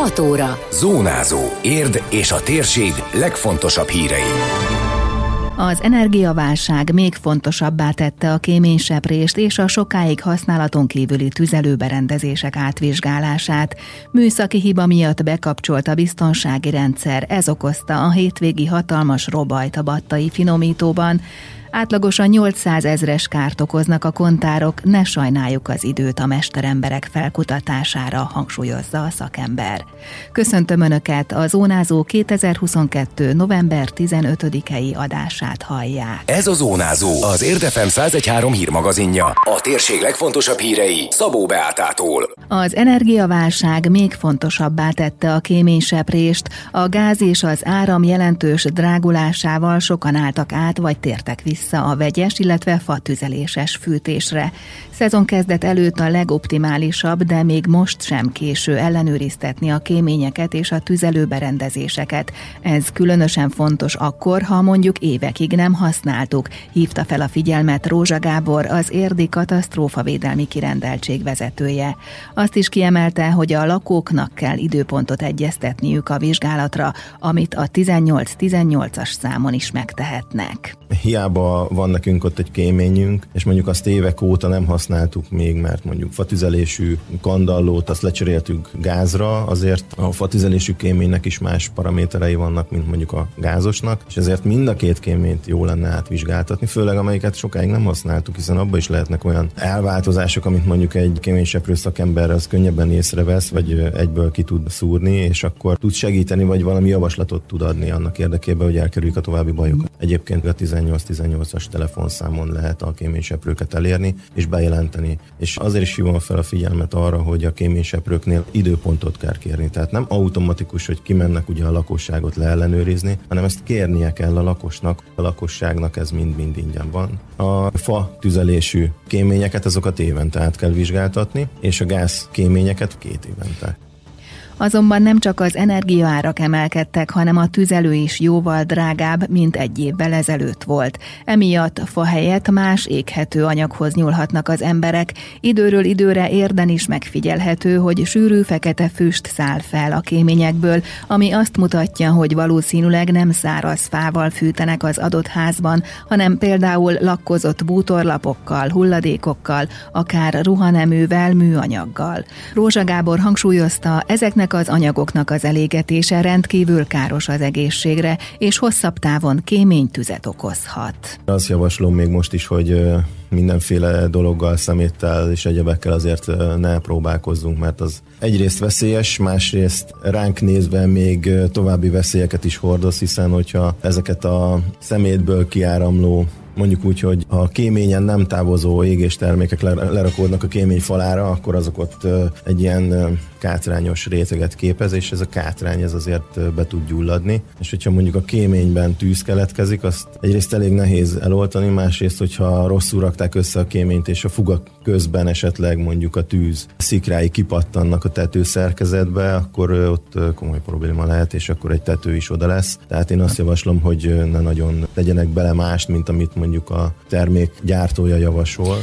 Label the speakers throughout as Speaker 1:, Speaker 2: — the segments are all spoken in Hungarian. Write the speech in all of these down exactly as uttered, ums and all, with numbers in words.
Speaker 1: hat óra.
Speaker 2: Zónázó. Érd és a térség legfontosabb hírei.
Speaker 3: Az energiaválság még fontosabbá tette a kéményseprést és a sokáig használaton kívüli tüzelőberendezések átvizsgálását. Műszaki hiba miatt bekapcsolt a biztonsági rendszer, ez okozta a hétvégi hatalmas robajt a battai finomítóban. Átlagosan nyolcszázezres kárt okoznak a kontárok, ne sajnáljuk az időt a mesteremberek felkutatására, hangsúlyozza a szakember. Köszöntöm Önöket, a Zónázó kétezer-huszonkettő. november tizenötödikei adását hallják.
Speaker 2: Ez a Zónázó, az Érd ef em száz egy három hírmagazinja. A térség legfontosabb hírei Szabó Beátától.
Speaker 3: Az energiaválság még fontosabbá tette a kéményseprést. A gáz és az áram jelentős drágulásával sokan álltak át vagy tértek vissza a vegyes, illetve fatüzeléses fűtésre. Szezonkezdet előtt a legoptimálisabb, de még most sem késő ellenőriztetni a kéményeket és a tüzelőberendezéseket. Ez különösen fontos akkor, ha mondjuk évekig nem használtuk, hívta fel a figyelmet Rózsa Gábor, az érdi katasztrófavédelmi kirendeltség vezetője. Azt is kiemelte, hogy a lakóknak kell időpontot egyeztetniük a vizsgálatra, amit a tizennyolc tizennyolcas számon is megtehetnek.
Speaker 4: Hiába van nekünk ott egy kéményünk, és mondjuk azt évek óta nem használtuk még, mert mondjuk fatüzelésű kandallót, azt lecseréltük gázra, azért a fatüzelésű kéménynek is más paraméterei vannak, mint mondjuk a gázosnak, és ezért mind a két kéményt jó lenne átvizsgáltatni, főleg amelyiket sokáig nem használtuk, hiszen abban is lehetnek olyan elváltozások, amit mondjuk egy kéményseprő szakember az könnyebben észrevesz, vagy egyből ki tud szúrni, és akkor tud segíteni, vagy valami javaslatot tud adni annak érdekében, hogy elkerüljük a további bajokat. Egyébként a tizennyolc tizennyolcas telefonszámon lehet a kéményseprőket elérni és bejelenteni. És azért is hívom fel a figyelmet arra, hogy a kéményseprőknél időpontot kell kérni. Tehát nem automatikus, hogy kimennek ugye a lakosságot leellenőrizni, hanem ezt kérnie kell a lakosnak. A lakosságnak ez mind-mind ingyen van. A fa tüzelésű kéményeket, azokat évente át kell vizsgáltatni, és a gáz kéményeket két évente.
Speaker 3: Azonban nem csak az energiaárak emelkedtek, hanem a tüzelő is jóval drágább, mint egy évvel ezelőtt volt. Emiatt fa helyett más éghető anyaghoz nyúlhatnak az emberek. Időről időre Érden is megfigyelhető, hogy sűrű fekete füst száll fel a kéményekből, ami azt mutatja, hogy valószínűleg nem száraz fával fűtenek az adott házban, hanem például lakkozott bútorlapokkal, hulladékokkal, akár ruhaneművel, műanyaggal. Rózsa Gábor hangsúlyozta, ezeknek az anyagoknak az elégetése rendkívül káros az egészségre, és hosszabb távon kéménytüzet okozhat.
Speaker 4: Azt javaslom még most is, hogy mindenféle dologgal, szeméttel és egyebekkel azért ne próbálkozzunk, mert az egyrészt veszélyes, másrészt ránk nézve még további veszélyeket is hordoz, hiszen hogyha ezeket a szemétből kiáramló, mondjuk úgy, hogy a kéményen nem távozó égéstermékek lerakódnak a kémény falára, akkor azok ott egy ilyen kátrányos réteget képez, és ez a kátrány ez azért be tud gyulladni. És hogyha mondjuk a kéményben tűz keletkezik, azt egyrészt elég nehéz eloltani, másrészt, hogyha rosszul rakták össze a kéményt, és a fuga közben esetleg mondjuk a tűz szikrái kipattannak a tetőszerkezetbe, akkor ott komoly probléma lehet, és akkor egy tető is oda lesz. Tehát én azt javaslom, hogy ne nagyon tegyenek bele mást, mint amit mondjuk a termék gyártója javasol.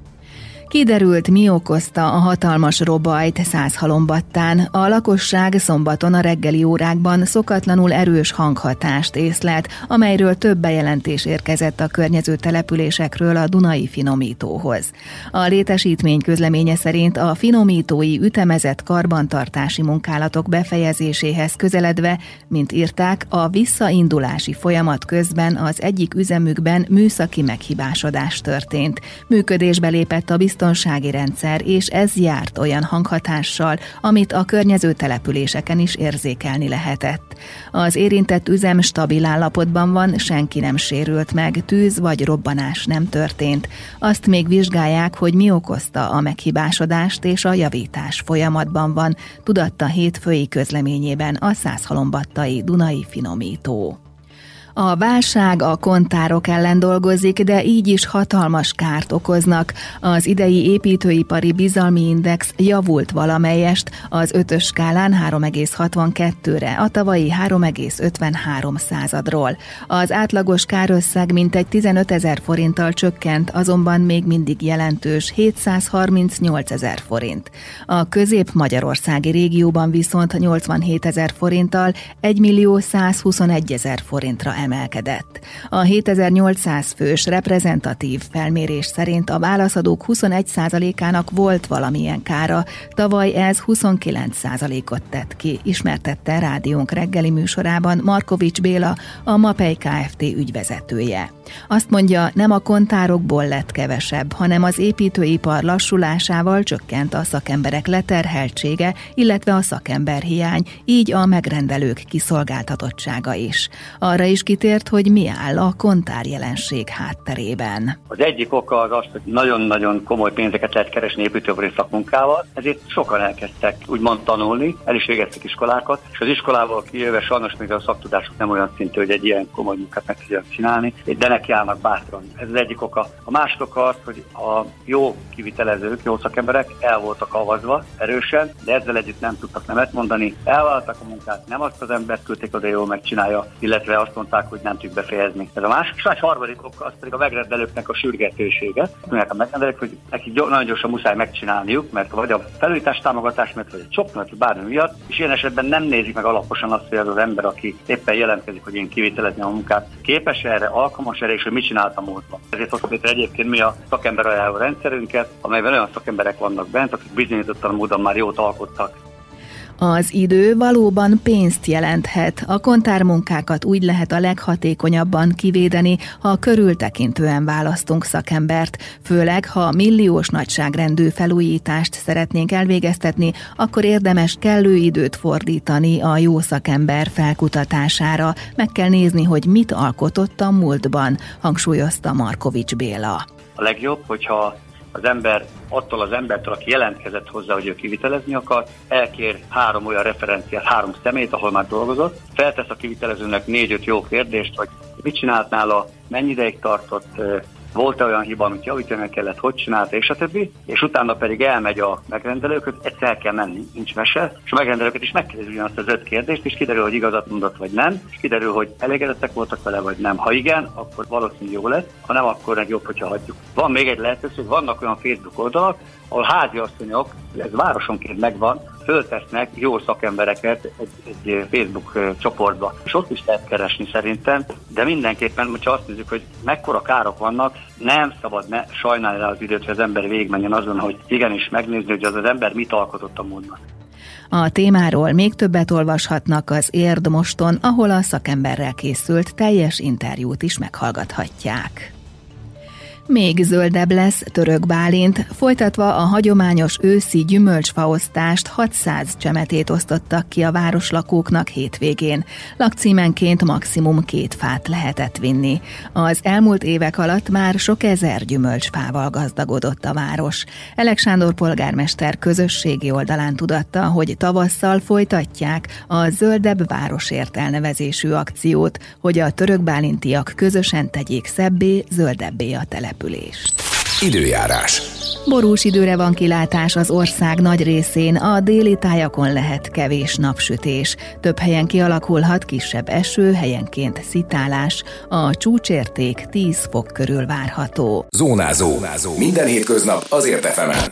Speaker 3: Kiderült, mi okozta a hatalmas robajt Százhalombattán. A lakosság szombaton a reggeli órákban szokatlanul erős hanghatást észlelt, amelyről több bejelentés érkezett a környező településekről a Dunai Finomítóhoz. A létesítmény közleménye szerint a finomítói ütemezett karbantartási munkálatok befejezéséhez közeledve, mint írták, a visszaindulási folyamat közben az egyik üzemükben műszaki meghibásodás történt. Működésbe lépett a biztonsági rendszer, és ez járt olyan hanghatással, amit a környező településeken is érzékelni lehetett. Az érintett üzem stabil állapotban van, senki nem sérült meg, tűz vagy robbanás nem történt. Azt még vizsgálják, hogy mi okozta a meghibásodást, és a javítás folyamatban van, tudatta hétfői közleményében a százhalombattai Dunai Finomító. A válság a kontárok ellen dolgozik, de így is hatalmas kárt okoznak. Az idei építőipari bizalmi index javult valamelyest, az ötös skálán három egész hatvankettőre, a tavalyi három egész ötvenhárom századról. Az átlagos kárösszeg mintegy tizenötezer forinttal csökkent, azonban még mindig jelentős, hétszázharmincnyolcezer forint. A közép-magyarországi régióban viszont nyolcvanhétezer forinttal egymillió százhuszonegyezer forintra emelkedett. A hétezer-nyolcszáz fős reprezentatív felmérés szerint a válaszadók huszonegy százalékának volt valamilyen kára, tavaly ez huszonkilenc százalékot tett ki, ismertette rádiónk reggeli műsorában Markovics Béla, a Mapei Kft. Ügyvezetője. Azt mondja, nem a kontárokból lett kevesebb, hanem az építőipar lassulásával csökkent a szakemberek leterheltsége, illetve a szakemberhiány, így a megrendelők kiszolgáltatottsága is. Arra is kitért, hogy mi áll a kontárjelenség hátterében.
Speaker 1: Az egyik oka az az, hogy nagyon-nagyon komoly pénzeket lehet keresni építőipari szakmunkával, ezért sokan elkezdtek úgymond tanulni, el is végeztek iskolákat, és az iskolából kijöve sajnos még a szaktudásuk nem olyan szintű, hogy egy ilyen komoly munkát meg tudjanak csinálni, de neki állnak bátran. Ez az egyik oka. A másik oka az, hogy a jó kivitelezők, jó szakemberek el voltak avazva erősen, de ezzel együtt nem tudtak nemet mondani. Elvállaltak a munkát, nem azt az embert küldték oda, jól megcsinálja, illetve azt mondták, hogy nem tudjuk befejezni. Ez a másik, és a harmadik oka az pedig a megrendelőknek a sürgetősége. Mondják a megrendelők, hogy nekik nagyon gyorsan muszáj megcsinálniuk, mert vagy a felújítás támogatás, mert vagy a csop, mert bármi miatt, és ilyen esetben nem nézik meg alaposan azt, hogy az az ember, aki éppen jelentkezik, hogy én kivitelezni a munkát, képes erre, alkalmas erre, és hogy mit csináltam múltban. Ezért hoztuk létre egyébként mi a szakember ajánló rendszerünket, amelyben olyan szakemberek vannak bent, akik bizonyítottan módon már jót alkottak.
Speaker 3: Az idő valóban pénzt jelenthet. A kontármunkákat úgy lehet a leghatékonyabban kivédeni, ha körültekintően választunk szakembert. Főleg, ha milliós nagyságrendű felújítást szeretnénk elvégeztetni, akkor érdemes kellő időt fordítani a jó szakember felkutatására. Meg kell nézni, hogy mit alkotott a múltban, hangsúlyozta Markovics Béla.
Speaker 1: A legjobb, hogyha az ember attól az embertől, aki jelentkezett hozzá, hogy ő kivitelezni akar, elkér három olyan referenciát, három szemét, ahol már dolgozott, feltesz a kivitelezőnek négy-öt jó kérdést, hogy mit csinált nála, mennyi ideig tartott, volt-e olyan hiba, amit javítani kellett, hogy csinálta, és a többi, és utána pedig elmegy a megrendelőköt, egyszer el kell menni, nincs mese, és a megrendelőket is megkérdezi ugyanazt az öt kérdést, és kiderül, hogy igazat mondott, vagy nem, és kiderül, hogy elégedettek voltak vele, vagy nem. Ha igen, akkor valószínűleg jó lesz, ha nem, akkor meg jobb, hogyha hagyjuk. Van még egy lehetőség, vannak olyan Facebook oldalak, ahol háziasszonyok, ez városonként megvan, föltesznek jó szakembereket egy, egy Facebook csoportba. És ott is lehet keresni szerintem, de mindenképpen, hogyha azt nézzük, hogy mekkora károk vannak, nem szabad ne sajnálni rá az időt, hogy az ember végigmenjen azon, hogy igenis megnézni, hogy az az ember mit alkotott a múltban.
Speaker 3: A témáról még többet olvashatnak az Érd Moston, ahol a szakemberrel készült teljes interjút is meghallgathatják. Még zöldebb lesz Török Bálint, folytatva a hagyományos őszi gyümölcsfaosztást hatszáz csemetét osztottak ki a városlakóknak hétvégén. Lakcímenként maximum két fát lehetett vinni. Az elmúlt évek alatt már sok ezer gyümölcsfával gazdagodott a város. Elek Sándor polgármester közösségi oldalán tudatta, hogy tavasszal folytatják a Zöldebb Városért elnevezésű akciót, hogy a törökbálintiak közösen tegyék szebbé, zöldebbé a telep.
Speaker 2: Időjárás.
Speaker 3: Borús időre van kilátás az ország nagy részén, a déli tájakon lehet kevés napsütés. Több helyen kialakulhat kisebb eső, helyenként szitálás. A csúcsérték tíz fok körül várható.
Speaker 2: Zónázó. Minden hétköznap azért ef emen.